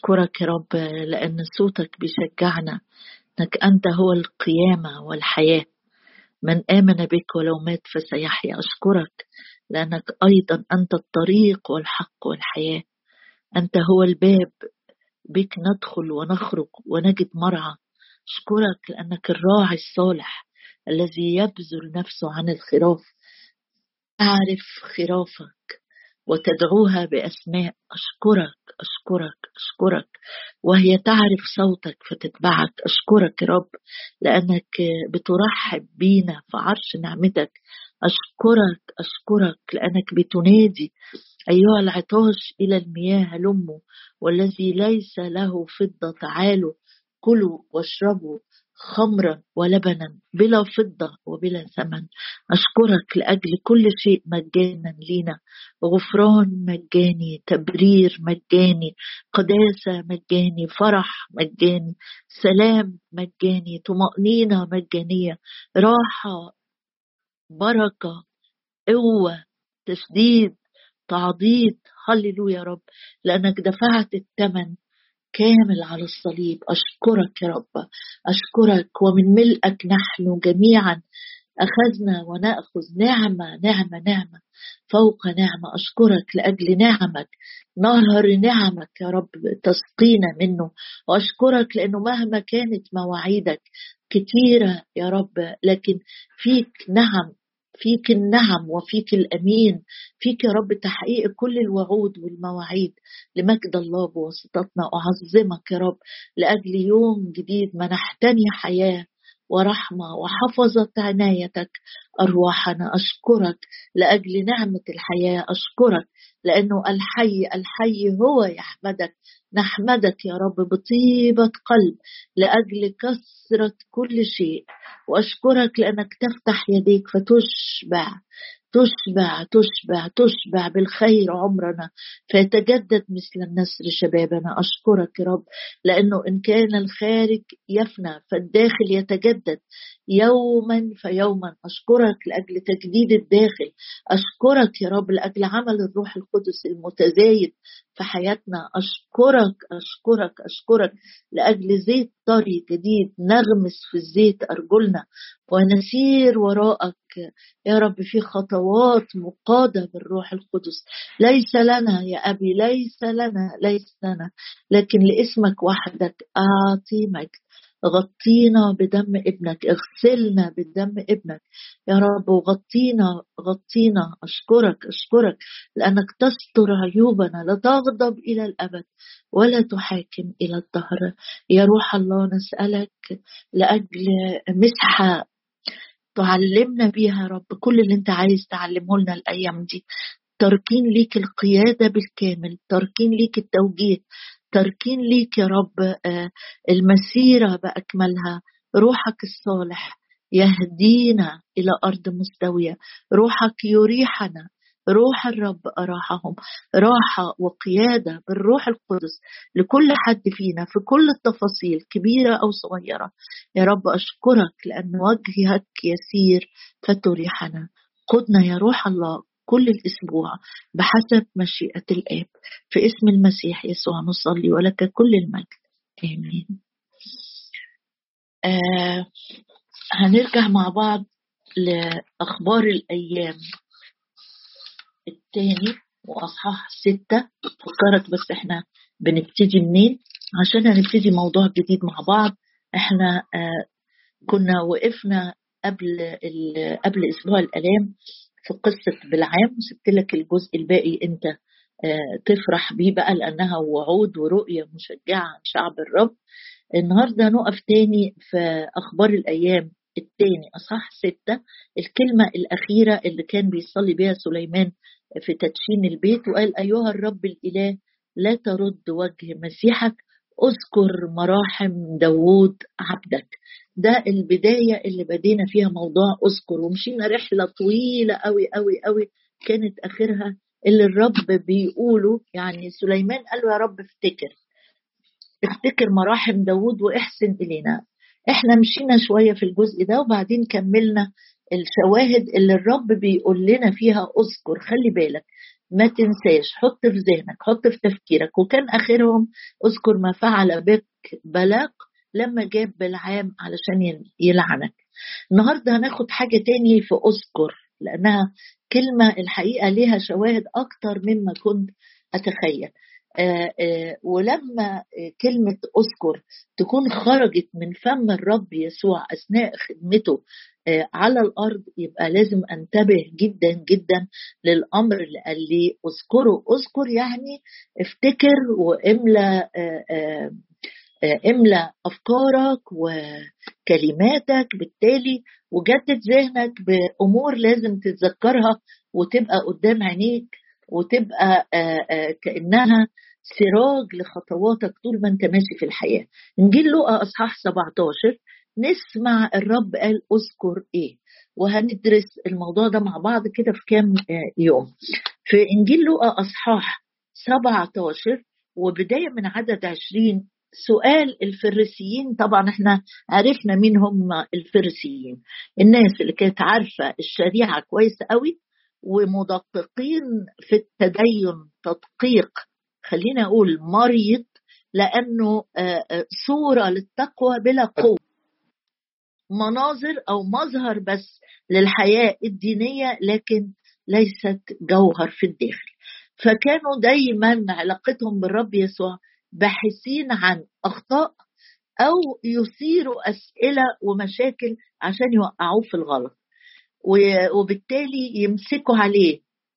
أشكرك يا رب لأن صوتك بيشجعنا أنك أنت هو القيامة والحياة. من آمن بك ولو مات فسيحيا. أشكرك لأنك أيضا أنت الطريق والحق والحياة. أنت هو الباب، بك ندخل ونخرج ونجد مرعى. أشكرك لأنك الراعي الصالح الذي يبذل نفسه عن الخراف. أعرف خرافك وتدعوها بأسماء. أشكرك أشكرك أشكرك، وهي تعرف صوتك فتتبعك. أشكرك يا رب لأنك بترحب بينا في عرش نعمتك. أشكرك أشكرك لأنك بتنادي أيها العطاش إلى المياه هلموا، والذي ليس له فضة تعالوا كلوا واشربوا خمرا ولبنا بلا فضة وبلا ثمن. أشكرك لأجل كل شيء مجانا لينا، غفران مجاني، تبرير مجاني، قداسة مجاني، فرح مجاني، سلام مجاني، طمأنينة مجانية، راحة، بركة، قوة، تسديد، تعضيد. هللويا يا رب لأنك دفعت الثمن كامل على الصليب. أشكرك يا رب أشكرك، ومن ملئك نحن جميعا أخذنا ونأخذ نعمة نعمة نعمة فوق نعمة. أشكرك لأجل نعمك، نهر نعمك يا رب تسقينا منه. وأشكرك لأنه مهما كانت مواعيدك كتيرة يا رب، لكن فيك نعم، فيك النعم وفيك الأمين، فيك يا رب تحقيق كل الوعود والمواعيد لمجد الله بواسطتنا. أعظمك يا رب لأجل يوم جديد منحتني حياة ورحمة وحفظت عنايتك أرواحنا. أشكرك لأجل نعمة الحياة. أشكرك لأنه الحي الحي هو يحمدك. نحمدك يا رب بطيبة قلب لأجل كثرة كل شيء. وأشكرك لأنك تفتح يديك فتشبع تشبع تشبع تشبع بالخير عمرنا، فيتجدد مثل النسر شبابنا. أشكرك يا رب لأنه إن كان الخارج يفنى فالداخل يتجدد يوما فيوما. أشكرك لأجل تجديد الداخل. أشكرك يا رب لأجل عمل الروح القدس المتزايد في حياتنا. أشكرك أشكرك أشكرك لأجل زيت طري جديد نغمس في الزيت أرجلنا ونسير وراءك يا رب في خطوات مقادة بالروح القدس. ليس لنا يا أبي، ليس لنا ليس لنا، لكن لاسمك وحدك أعطي مجد. غطينا بدم ابنك، اغسلنا بدم ابنك يا رب، وغطينا غطينا. أشكرك أشكرك لأنك تستر عيوبنا، لا تغضب إلى الأبد ولا تحاكم إلى الدهر. يا روح الله نسألك لأجل مسحة تعلمنا بيها يا رب كل اللي انت عايز تعلمه لنا الأيام دي. تركين ليك القيادة بالكامل، تركين ليك التوجيه، تركين ليك يا رب المسيرة بأكملها. روحك الصالح يهدينا إلى أرض مستوية، روحك يريحنا. روح الرب أراحهم، راحة وقيادة بالروح القدس لكل حد فينا في كل التفاصيل كبيرة أو صغيرة. يا رب أشكرك لأن وجهك يسير فتريحنا. قدنا يا روح الله كل الأسبوع بحسب مشيئة الآب. في اسم المسيح يسوع نصلي ولك كل المجد، آمين. هنرجع مع بعض لأخبار الأيام الثاني وأصحاح 6. فكرك بس احنا بنبتدي منين عشان هنبتدي موضوع جديد مع بعض. احنا كنا وقفنا قبل أسبوع الآلام في قصة بالعام، وسبت لك الجزء الباقي انت تفرح بيه بقى لأنها وعود ورؤية مشجعة عن شعب الرب. النهاردة نقف تاني في أخبار الأيام التاني أصح 6. الكلمة الأخيرة اللي كان بيصلي بها سليمان في تدشين البيت، وقال أيها الرب الإله لا ترد وجه مسيحك، اذكر مراحم داود عبدك. ده البداية اللي بدينا فيها موضوع اذكر، ومشينا رحلة طويلة قوي قوي قوي كانت آخرها اللي الرب بيقوله. يعني سليمان قال له يا رب افتكر مراحم داود واحسن إلينا. احنا مشينا شوية في الجزء ده وبعدين كملنا الشواهد اللي الرب بيقول لنا فيها اذكر. خلي بالك ما تنساش، حط في ذهنك، حط في تفكيرك. وكان آخرهم اذكر ما فعل بك بلاق لما جاب بالعام علشان يلعنك. النهاردة هناخد حاجة تاني في اذكر، لأنها كلمة الحقيقة لها شواهد أكتر مما كنت أتخيل. ولما كلمة أذكر تكون خرجت من فم الرب يسوع أثناء خدمته على الأرض، يبقى لازم أنتبه جدا جدا للأمر اللي قال لي أذكره. أذكر يعني افتكر واملى املى أفكارك وكلماتك، بالتالي وجدد ذهنك بأمور لازم تتذكرها وتبقى قدام عينيك، وتبقى كأنها سراج لخطواتك طول ما انت ماشي في الحياة. إنجيل لوقا أصحاح 17 نسمع الرب قال أذكر إيه، وهندرس الموضوع ده مع بعض كده في كام يوم. في إنجيل لوقا أصحاح 17 وبداية من عدد 20 سؤال الفريسيين. طبعا احنا عرفنا مين هم الفريسيين، الناس اللي كانت عارفة الشريعة كويس قوي ومدققين في التدين تدقيق، خلينا أقول مريض، لأنه صورة للتقوى بلا قوة، مناظر أو مظهر بس للحياة الدينية لكن ليست جوهر في الداخل. فكانوا دايما علاقتهم بالرب يسوع باحثين عن أخطاء أو يثيروا أسئلة ومشاكل عشان يوقعوه في الغلط، وبالتالي يمسكوا عليه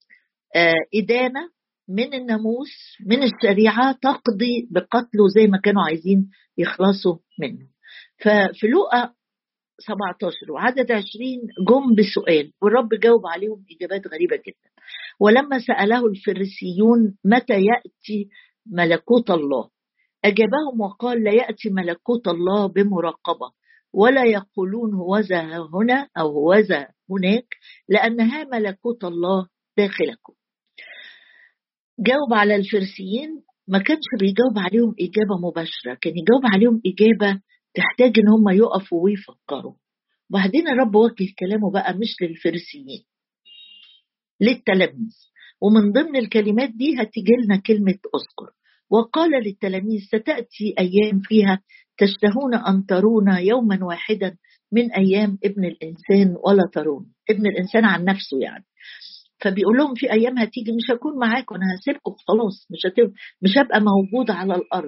إدانة من الناموس من الشريعة تقضي بقتله زي ما كانوا عايزين يخلصوا منه. ففي لوقا 17 وعدد 20 جم بسؤال والرب جاوب عليهم إجابات غريبة جدا. ولما سأله الفريسيون متى يأتي ملكوت الله، أجابهم وقال لا يأتي ملكوت الله بمراقبة، ولا يقولون هوذا هنا أو هوذا هناك، لأنها ملكوت الله داخلكم. جاوب على الفريسيين، ما كانش بيجاوب عليهم إجابة مباشرة، كان يجاوب عليهم إجابة تحتاج إن هم يقفوا ويفكروا. وبعدين الرب وجه كلامه بقى مش للفريسيين، للتلاميذ. ومن ضمن الكلمات دي هتيجي لنا كلمة أذكر. وقال للتلاميذ ستأتي أيام فيها تشتهون أن ترون يوما واحدا من أيام ابن الإنسان ولا ترون. ابن الإنسان عن نفسه يعني. فبيقول لهم في أيام هتيجي مش هكون معاكم، أنا هسيبكم خلاص، مش هبقى موجود على الأرض.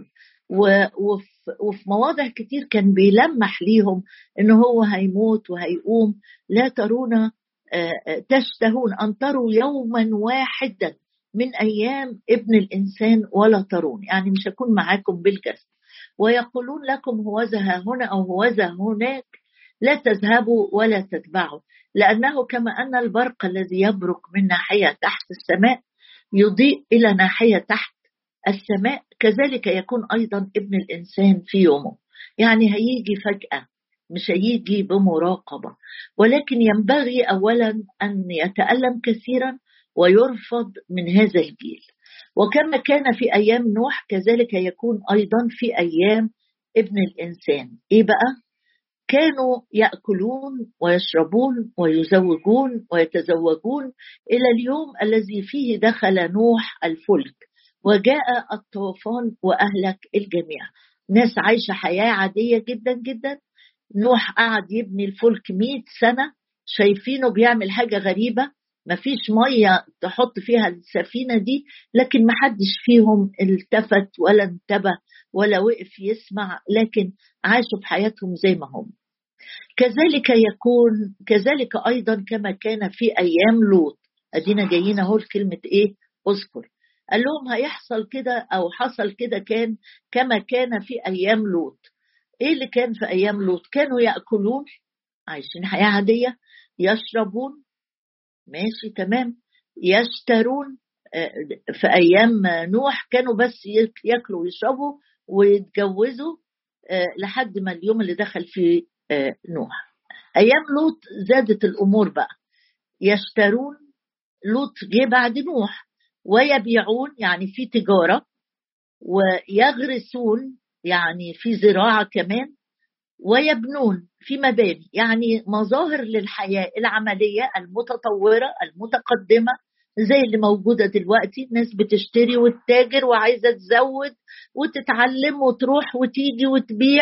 وفي مواضع كتير كان بيلمح ليهم إنه هو هيموت وهيقوم. لا ترون تشتهون أن تروا يوما واحدا من أيام ابن الإنسان ولا ترون، يعني مش هكون معاكم بالجسد. ويقولون لكم هوذا هنا أو هوذا هناك، لا تذهبوا ولا تتبعوا، لأنه كما أن البرق الذي يبرق من ناحية تحت السماء يضيء إلى ناحية تحت السماء، كذلك يكون أيضا ابن الإنسان في يومه. يعني هيجي فجأة، مش هيجي بمراقبة، ولكن ينبغي أولا أن يتألم كثيرا ويرفض من هذا الجيل. وكما كان في أيام نوح كذلك يكون أيضا في أيام ابن الإنسان. إيه بقى؟ كانوا يأكلون ويشربون ويزوجون ويتزوجون إلى اليوم الذي فيه دخل نوح الفلك وجاء الطوفان وأهلك الجميع. ناس عايشة حياة عادية جدا جدا. نوح قعد يبني الفلك 100 سنة، شايفينه بيعمل حاجة غريبة، مفيش مية تحط فيها السفينة دي، لكن محدش فيهم التفت ولا انتبه ولا وقف يسمع، لكن عاشوا بحياتهم زي ما هم. كذلك أيضا كما كان في أيام لوط. أدينا جايين أهو كلمة إيه؟ أذكر. قال لهم هيحصل كده أو حصل كده، كان كما كان في أيام لوط. إيه اللي كان في أيام لوط؟ كانوا يأكلون، عايشين حياة عادية، يشربون، ماشي تمام، يشترون. في أيام نوح كانوا بس يأكلوا ويشربوا ويتجوزوا لحد ما اليوم اللي دخل فيه نوح. أيام لوط زادت الأمور بقى، يشترون، لوط جه بعد نوح، ويبيعون يعني في تجارة، ويغرسون يعني في زراعة كمان، ويبنون في مباني، يعني مظاهر للحياة العملية المتطورة المتقدمة زي اللي موجودة دلوقتي، ناس بتشتري وتتاجر وعايزة تزود وتتعلم وتروح وتيجي وتبيع،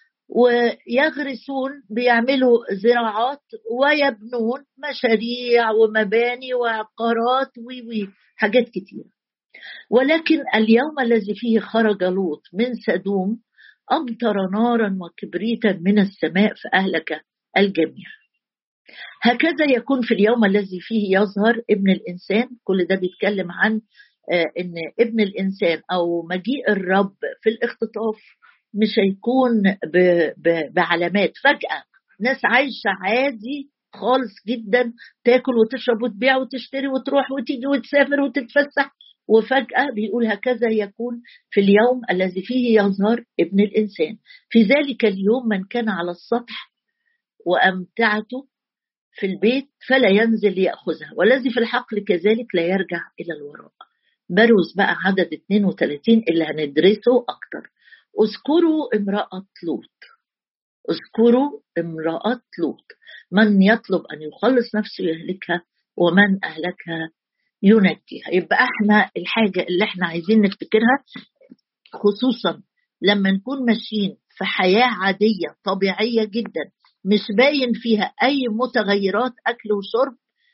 ويغرسون بيعملوا زراعات ويبنون مشاريع ومباني وعقارات حاجات كتير. ولكن اليوم الذي فيه خرج لوط من سدوم أمطر نارا وكبريتا من السماء فأهلك الجميع. هكذا يكون في اليوم الذي فيه يظهر ابن الإنسان. كل ده بيتكلم عن إن ابن الإنسان أو مجيء الرب في الاختطاف مش هيكون بعلامات فجأة. ناس عايشة عادي خالص جدا، تاكل وتشرب وتبيع وتشتري وتروح وتيجي وتسافر وتتفسح، وفجأة بيقول هكذا يكون في اليوم الذي فيه يظهر ابن الإنسان. في ذلك اليوم من كان على السطح وأمتعته في البيت فلا ينزل ليأخذها، والذي في الحقل كذلك لا يرجع إلى الوراء. بروز بقى عدد 32 اللي هندرسه أكتر. اذكروا امرأة لوط، اذكروا امرأة لوط، من يطلب أن يخلص نفسه يهلكها ومن أهلكها ينجيها. يبقى احنا الحاجة اللي احنا عايزين نفتكرها، خصوصا لما نكون ماشيين في حياة عادية طبيعية جدا مش باين فيها أي متغيرات أكل وشرب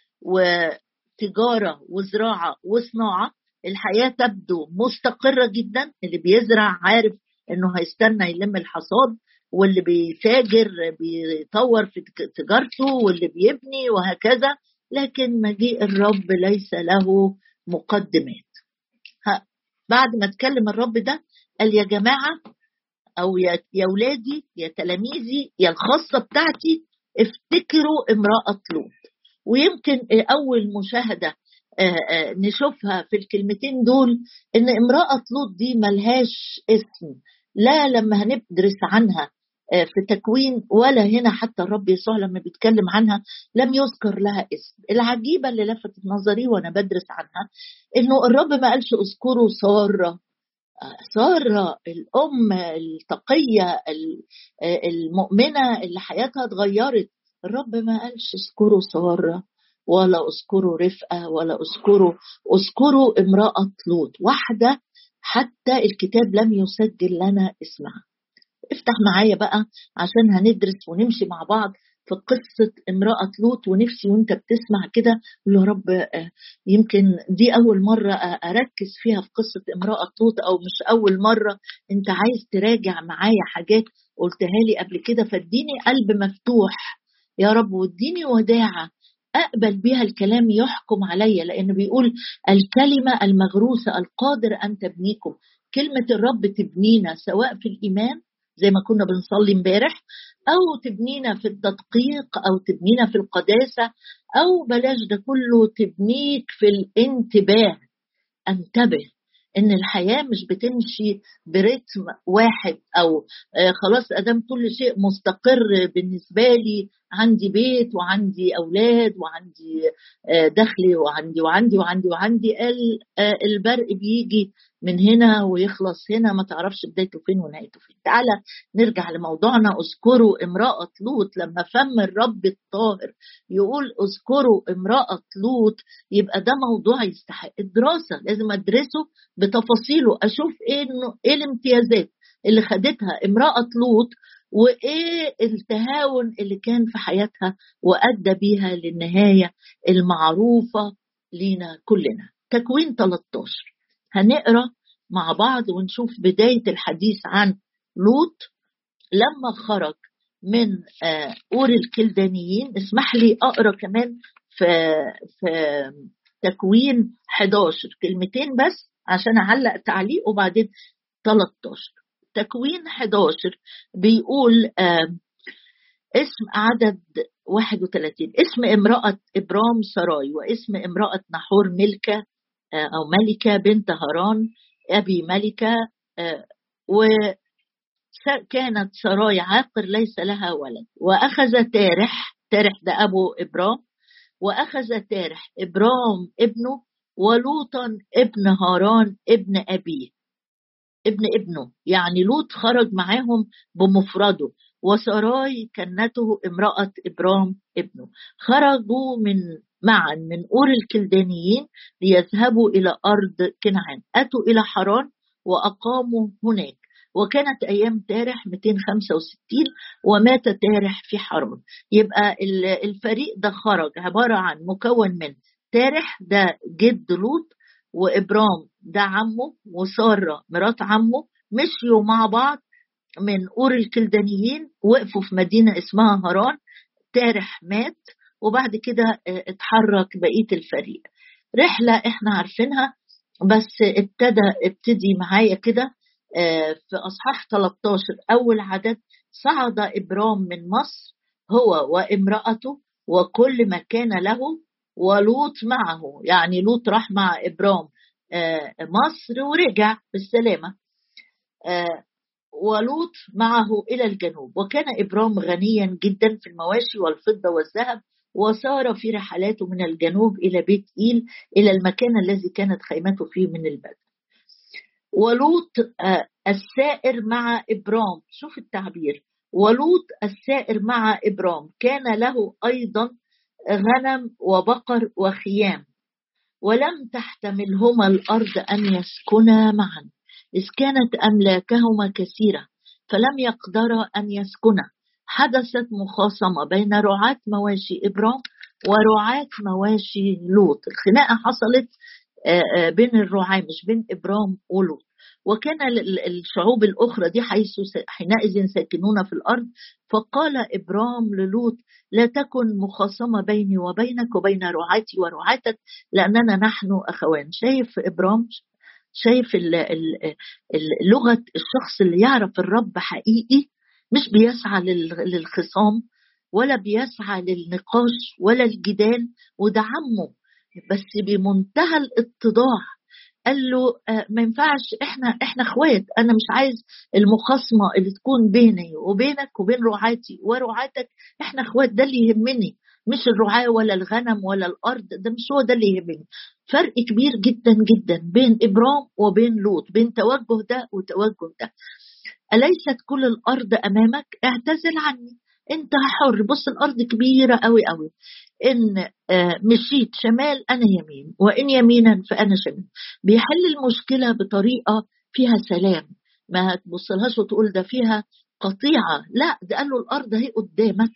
وتجارة وزراعة وصناعة، الحياة تبدو مستقرة جدا. اللي بيزرع عارف انه هيستنى يلم الحصاد، واللي بيتاجر بيطور في تجارته، واللي بيبني وهكذا. لكن مجيء الرب ليس له مقدمات. بعد ما اتكلم الرب ده قال يا جماعة أو يا ولادي يا تلاميذي يا الخاصة بتاعتي، افتكروا امرأة لوط. ويمكن أول مشاهدة نشوفها في الكلمتين دول إن امرأة لوط دي ملهاش اسم، لا لما هندرس عنها في تكوين ولا هنا حتى الرب يسوع لما بيتكلم عنها لم يذكر لها اسم. العجيبة اللي لفتت نظري وأنا بدرس عنها إنه الرب ما قالش اذكروا سارة، سارة الأم التقية المؤمنة اللي حياتها اتغيرت. الرب ما قالش اذكروا سارة ولا اذكروا رفقة ولا اذكروا امرأة لوط، واحدة حتى الكتاب لم يسجل لنا اسمها. افتح معايا بقى عشان هندرس ونمشي مع بعض في قصة امرأة لوط. ونفسي وانت بتسمع كده يا رب يمكن دي أول مرة أركز فيها في قصة امرأة لوط، أو مش أول مرة، انت عايز تراجع معايا حاجات قلتها لي قبل كده، فاديني قلب مفتوح يا رب واديني وداعة أقبل بها الكلام يحكم عليا، لأنه بيقول الكلمة المغروسة القادر أن تبنيكم. كلمة الرب تبنينا سواء في الإيمان زي ما كنا بنصلي امبارح، أو تبنينا في التدقيق، أو تبنينا في القداسة، أو بلاش ده كله تبنيك في الانتباه. انتبه ان الحياة مش بتمشي برتم واحد، او خلاص ادام كل شيء مستقر بالنسبة لي، عندي بيت وعندي اولاد وعندي دخلي وعندي البرق بيجي من هنا ويخلص هنا، ما تعرفش بدايته فين ونهايته فين. تعالى نرجع لموضوعنا. اذكروا امرأة لوط. لما فم الرب الطاهر يقول اذكروا امرأة لوط، يبقى ده موضوع يستحق الدراسة. لازم ادرسه بتفاصيله، اشوف ايه الامتيازات اللي خدتها امرأة لوط، وايه التهاون اللي كان في حياتها وادى بيها للنهاية المعروفة لينا كلنا. تكوين 13 هنقرأ مع بعض ونشوف بداية الحديث عن لوط لما خرج من أور الكلدانيين. اسمح لي أقرأ كمان في تكوين 11 كلمتين بس عشان أعلق تعليق وبعدين 13. تكوين 11 بيقول اسم عدد 31 اسم امرأة إبرام سراي، واسم امرأة نحور ملكة أو ملكة بنت هاران أبي ملكة. وكانت سراي عاقر ليس لها ولد، وأخذ تارح ده أبو إبرام، وأخذ تارح إبرام ابنه ولوطا ابن هاران ابن أبيه ابنه، يعني لوط خرج معاهم بمفرده، وسراي كنته امرأة إبرام ابنه. خرجوا معا من أور الكلدانيين ليذهبوا إلى أرض كنعان. أتوا إلى حران وأقاموا هناك. وكانت أيام تارح 265 ومات تارح في حران. يبقى الفريق ده خرج عبارة عن مكون من تارح ده جد لوط، وإبرام ده عمه، وسارة مرات عمه، مشيوا مع بعض من أور الكلدانيين، وقفوا في مدينة اسمها هران. تارح مات، وبعد كده اتحرك بقية الفريق. رحلة احنا عارفينها، بس ابتدي معايا كده في أصحاح 13 أول عدد: صعد إبرام من مصر هو وامرأته وكل ما كان له، ولوط معه. يعني لوط راح مع إبرام مصر ورجع بالسلامة. ولوط معه إلى الجنوب. وكان إبرام غنيا جدا في المواشي والفضة والذهب، وسار في رحلاته من الجنوب إلى بيت إيل، إلى المكان الذي كانت خيمته فيه من البدء. ولوط السائر مع إبرام، شوف التعبير، ولوط السائر مع إبرام كان له أيضا غنم وبقر وخيام، ولم تحتملهما الأرض أن يسكنا معا، إذ كانت أملاكهما كثيرة فلم يقدرا أن يسكنا. حدثت مخاصمة بين رعاة مواشي إبرام ورعاة مواشي لوط. الخناقة حصلت بين الرعاة، مش بين إبرام ولوط. وكان الشعوب الأخرى دي حينئذ ساكنون في الأرض. فقال إبرام للوط: لا تكن مخاصمة بيني وبينك وبين رعاتي ورعاتك، لأننا نحن أخوان. شايف إبرام؟ شايف لغة الشخص اللي يعرف الرب حقيقي، مش بيسعى للخصام ولا بيسعى للنقاش ولا الجدال، وده عمه بس بمنتهى الاتضاع. قال له ما ينفعش، احنا اخوات، انا مش عايز المخاصمه اللي تكون بيني وبينك وبين رعاتي ورعاتك. احنا اخوات، ده اللي يهمني، مش الرعاة ولا الغنم ولا الارض، ده مش هو ده اللي يهمني. فرق كبير جدا جدا بين ابرام وبين لوط، بين توجه ده وتوجه ده. أليست كل الأرض أمامك؟ اعتزل عني، أنت حر. بص الأرض كبيرة قوي قوي، إن مشيت شمال أنا يمين، وإن يمينا فأنا شمال. بيحل المشكلة بطريقة فيها سلام، ما تبصلهاش وتقول ده فيها قطيعة، لا، ده قال له الأرض هي قدامك،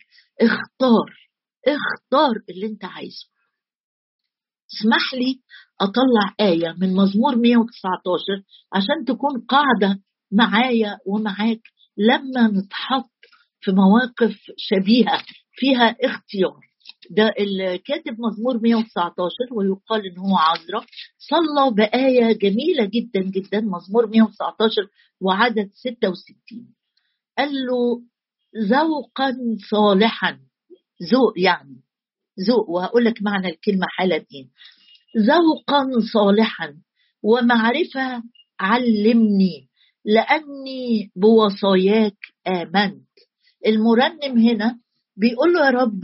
اختار اللي أنت عايزه. اسمح لي أطلع آية من مزمور 119 عشان تكون قاعدة معايا ومعاك لما نتحط في مواقف شبيهة فيها اختيار. ده الكاتب مزمور 119 ويقال إن هو عذرا صلى بآية جميلة جدا جدا. مزمور 119 وعدد 66 قال له: ذوقا صالحا، ذوق يعني ذوق، وهقول لك معنى الكلمة حالا ايه. ذوقا صالحا ومعرفة علمني، لأني بوصاياك آمنت. المرنم هنا بيقول له: يا رب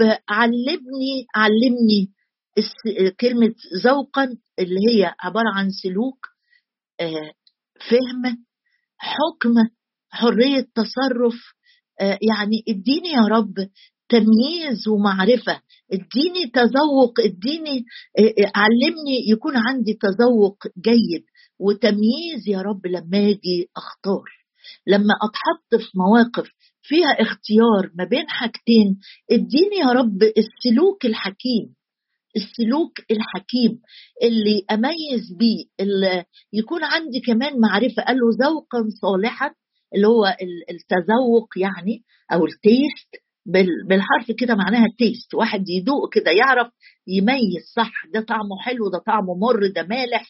علمني كلمة ذوقا اللي هي عبارة عن سلوك، فهم، حكم، حرية تصرف. يعني اديني يا رب تمييز ومعرفة، اديني تذوق، اديني علمني يكون عندي تذوق جيد وتمييز يا رب لما اجي اختار، لما اتحط في مواقف فيها اختيار ما بين حاجتين. اديني يا رب السلوك الحكيم، السلوك الحكيم اللي أميز بيه، اللي يكون عندي كمان معرفة. قال له ذوقا صالحا، اللي هو التذوق يعني، أو التيست بالحرف كده معناها تيست، واحد يدوق كده يعرف يميز صح، ده طعمه حلو، ده طعمه مر، ده مالح.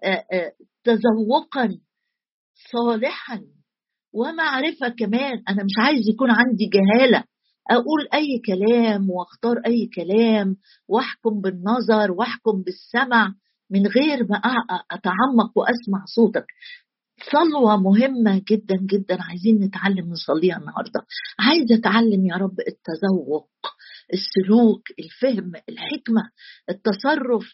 تذوقا صالحا ومعرفة كمان. أنا مش عايز يكون عندي جهالة أقول أي كلام واختار أي كلام واحكم بالنظر واحكم بالسمع من غير ما أتعمق وأسمع صوتك. صلوة مهمة جدا جدا عايزين نتعلم نصليها النهاردة. عايزة أتعلم يا رب التذوق، السلوك، الفهم، الحكمة، التصرف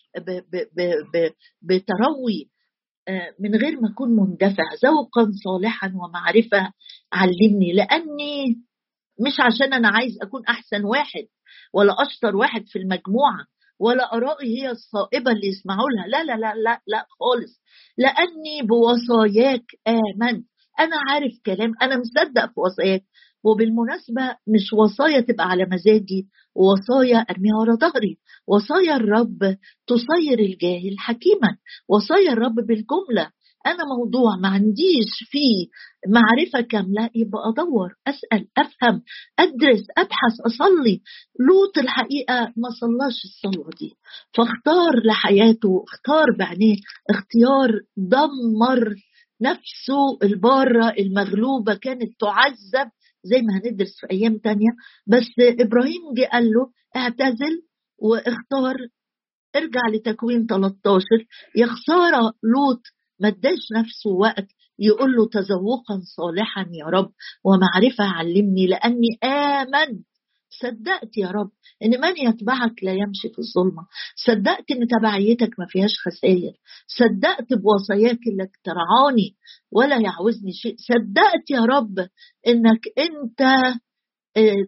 بتروي من غير ما أكون مندفع. ذوقا صالحا ومعرفة علمني، لأني مش عشان أنا عايز أكون أحسن واحد ولا أشطر واحد في المجموعة ولا آرائي هي الصائبة اللي يسمعوا لها، لا لا لا لا لا خالص، لأني بوصاياك آمنت. أنا عارف كلام، أنا مصدق في وصاياك. وبالمناسبة مش وصايا تبقى على مزاجي، وصايا أرميها ورا ظهري. وصايا الرب تصير الجاهل حكيما. وصايا الرب بالجملة. أنا موضوع ما عنديش فيه معرفة كاملة، يبقى أدور، أسأل، أفهم، أدرس، أبحث، أصلي. لوط الحقيقة ما صلاش الصلاة دي، فاختار لحياته، اختار بعينيه اختيار دمر نفسه البارة المغلوبة، كانت تعذب زي ما هندرس في أيام تانية. بس إبراهيم جه قال له اعتزل واختار. ارجع لتكوين 13. يا خسارة لوط ما اداش نفسه وقت يقول له تذوقا صالحا يا رب ومعرفة علمني، لأني آمن. صدقت يا رب ان من يتبعك لا يمشي في الظلمة. صدقت ان تبعيتك ما فيهاش خسائر. صدقت بوصاياك انك ترعاني ولا يعوزني شيء. صدقت يا رب انك انت آه،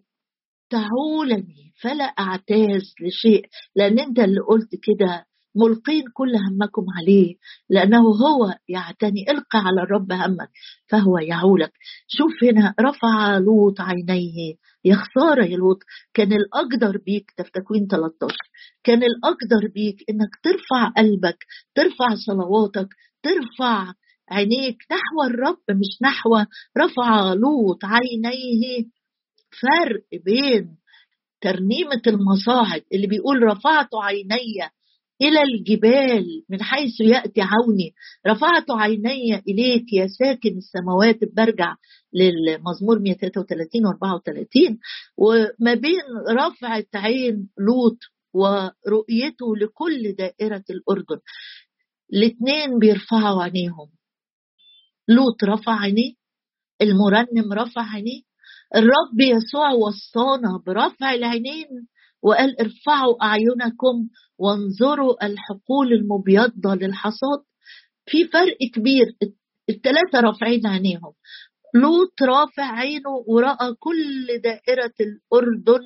تعولني فلا أعتاز لشيء، لأن أنت اللي قلت كده ملقين كل همكم عليه لأنه هو يعتني. القى على الرب همك فهو يعولك. شوف هنا رفع لوط عينيه. يا خسارة يا لوط، كان الأقدر بيك، ده في تكوين 13، كان الأقدر بيك إنك ترفع قلبك، ترفع صلواتك، ترفع عينيك نحو الرب مش نحو. رفع لوط عينيه. فرق بين ترنيمة المصاعد اللي بيقول رفعت عيني إلى الجبال من حيث يأتي عوني، رفعت عيني إليك يا ساكن السماوات. برجع للمزمور 133 و 34. وما بين رفعة عين لوط ورؤيته لكل دائرة الأردن، الاثنين بيرفعوا عينيهم. لوط رفع عينيه، المرنم رفع عينيه. الرب يسوع وصانا برفع العينين وقال ارفعوا أعينكم وانظروا الحقول المبيضة للحصاد. في فرق كبير. الثلاثة رافعين عينيهم. لوط رافع عينه ورأى كل دائرة الأردن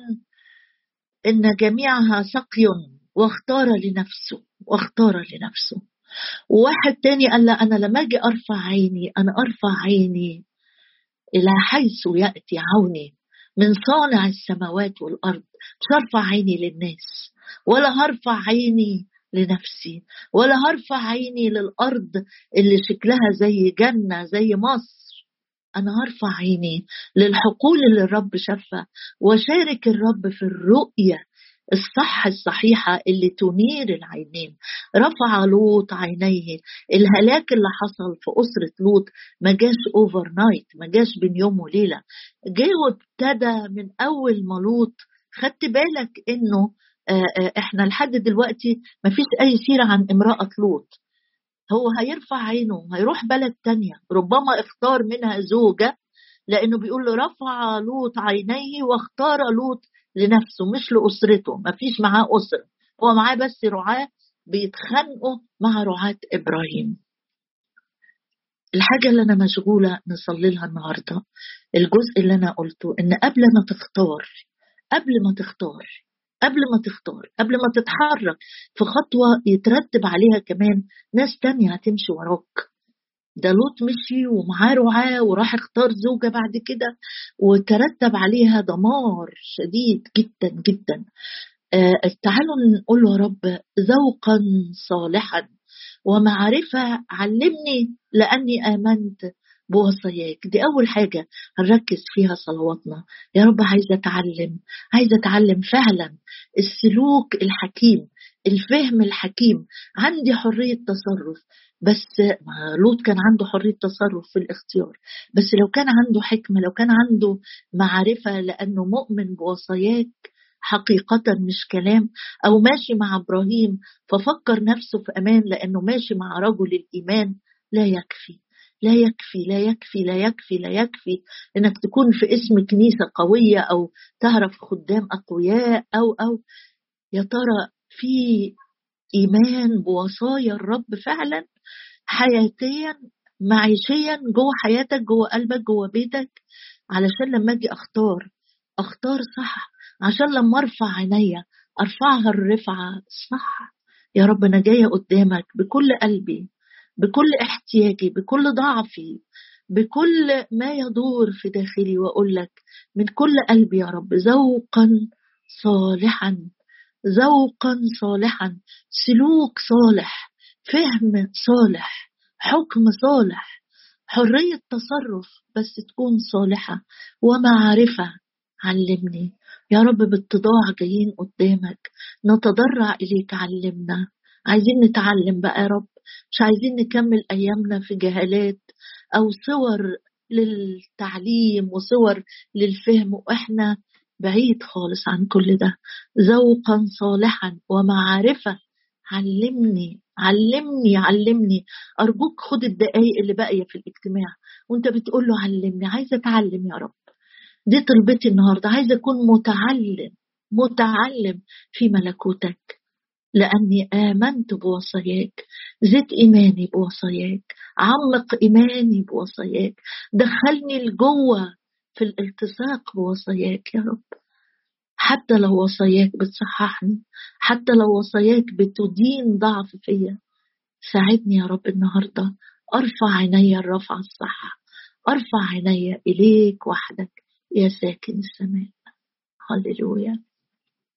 إن جميعها سقي، واختار لنفسه، واختار لنفسه. وواحد تاني قال لا، أنا لما أجي أرفع عيني أنا أرفع عيني إلى حيث يأتي عوني من صانع السماوات والأرض. مش هرفع عيني للناس، ولا هرفع عيني لنفسي، ولا هرفع عيني للأرض اللي شكلها زي جنة زي مصر. أنا هرفع عيني للحقول اللي الرب شافها، وشارك الرب في الرؤية الصح الصحيحة اللي تنير العينين. رفع لوط عينيه. الهلاك اللي حصل في أسرة لوط ما جاش اوفر نايت، ما جاش بين يوم وليلة. جه وابتدى من أول ما لوط. خدت بالك إنه احنا لحد دلوقتي ما فيش أي سيرة عن امرأة لوط. هو هيرفع عينه هيروح بلد تانية ربما اختار منها زوجة، لأنه بيقول له رفع لوط عينيه واختار لوط لنفسه مش لأسرته. ما فيش معاه أسرة، هو معاه بس رعاة بيتخانقوا مع رعاة إبراهيم. الحاجة اللي أنا مشغولة نصلي لها النهاردة الجزء اللي أنا قلته، إن قبل ما تختار، قبل ما تختار، قبل ما تختار، قبل ما تتحرك في خطوة يترتب عليها كمان ناس تانية هتمشي وراك. ده لوط مشي ومعاه رعاة وراح اختار زوجة بعد كده وترتب عليها دمار شديد جدا جدا. تعالوا نقول له يا رب ذوقا صالحا ومعرفة علمني لأني آمنت بوصاياك. دي أول حاجة هنركز فيها صلواتنا. يا رب عايزة أتعلم، عايزة أتعلم فعلا السلوك الحكيم، الفهم الحكيم. عندي حرية تصرف، بس لوط كان عنده حرية تصرف في الاختيار، بس لو كان عنده حكمة، لو كان عنده معرفة لأنه مؤمن بوصاياك حقيقة مش كلام، أو ماشي مع إبراهيم ففكر نفسه في أمان لأنه ماشي مع رجل الإيمان. لا يكفي، لا يكفي، لا يكفي، لا يكفي، لا يكفي إنك تكون في اسم كنيسة قوية أو تعرف خدام أقوياء أو يا ترى في إيمان بوصايا الرب فعلا حياتيا معيشيا جوه حياتك، جوه قلبك، جوه بيتك، علشان لما أجي أختار صح، عشان لما أرفع عينيا أرفعها الرفعة الصح. يا رب أنا جاية قدامك بكل قلبي، بكل احتياجي، بكل ضعفي، بكل ما يدور في داخلي، وأقول لك من كل قلبي يا رب: ذوقا صالحا، ذوقا صالحا، سلوك صالح، فهم صالح، حكم صالح، حرية تصرف بس تكون صالحة، ومعرفة. علمني يا رب باتضاع، جايين قدامك نتضرع إليك، علمنا. عايزين نتعلم بقى يا رب، مش عايزين نكمل أيامنا في جهالات أو صور للتعليم وصور للفهم وإحنا بعيد خالص عن كل ده. ذوقا صالحا ومعرفة. علمني علمني علمني. أرجوك خد الدقايق اللي باقية في الاجتماع وانت بتقول له علمني. عايزة أتعلم يا رب، دي طلبتي النهاردة. عايزة أكون متعلم، متعلم في ملكوتك، لأني آمنت بوصاياك. زد إيماني بوصاياك، عمق إيماني بوصاياك، دخلني لجوه في الالتصاق بوصاياك يا رب. حتى لو وصاياك بتصححني، حتى لو وصاياك بتدين ضعف فيا، ساعدني يا رب النهاردة أرفع عيني الرفعة الصح، أرفع عيني إليك وحدك يا ساكن السماء. هللويا.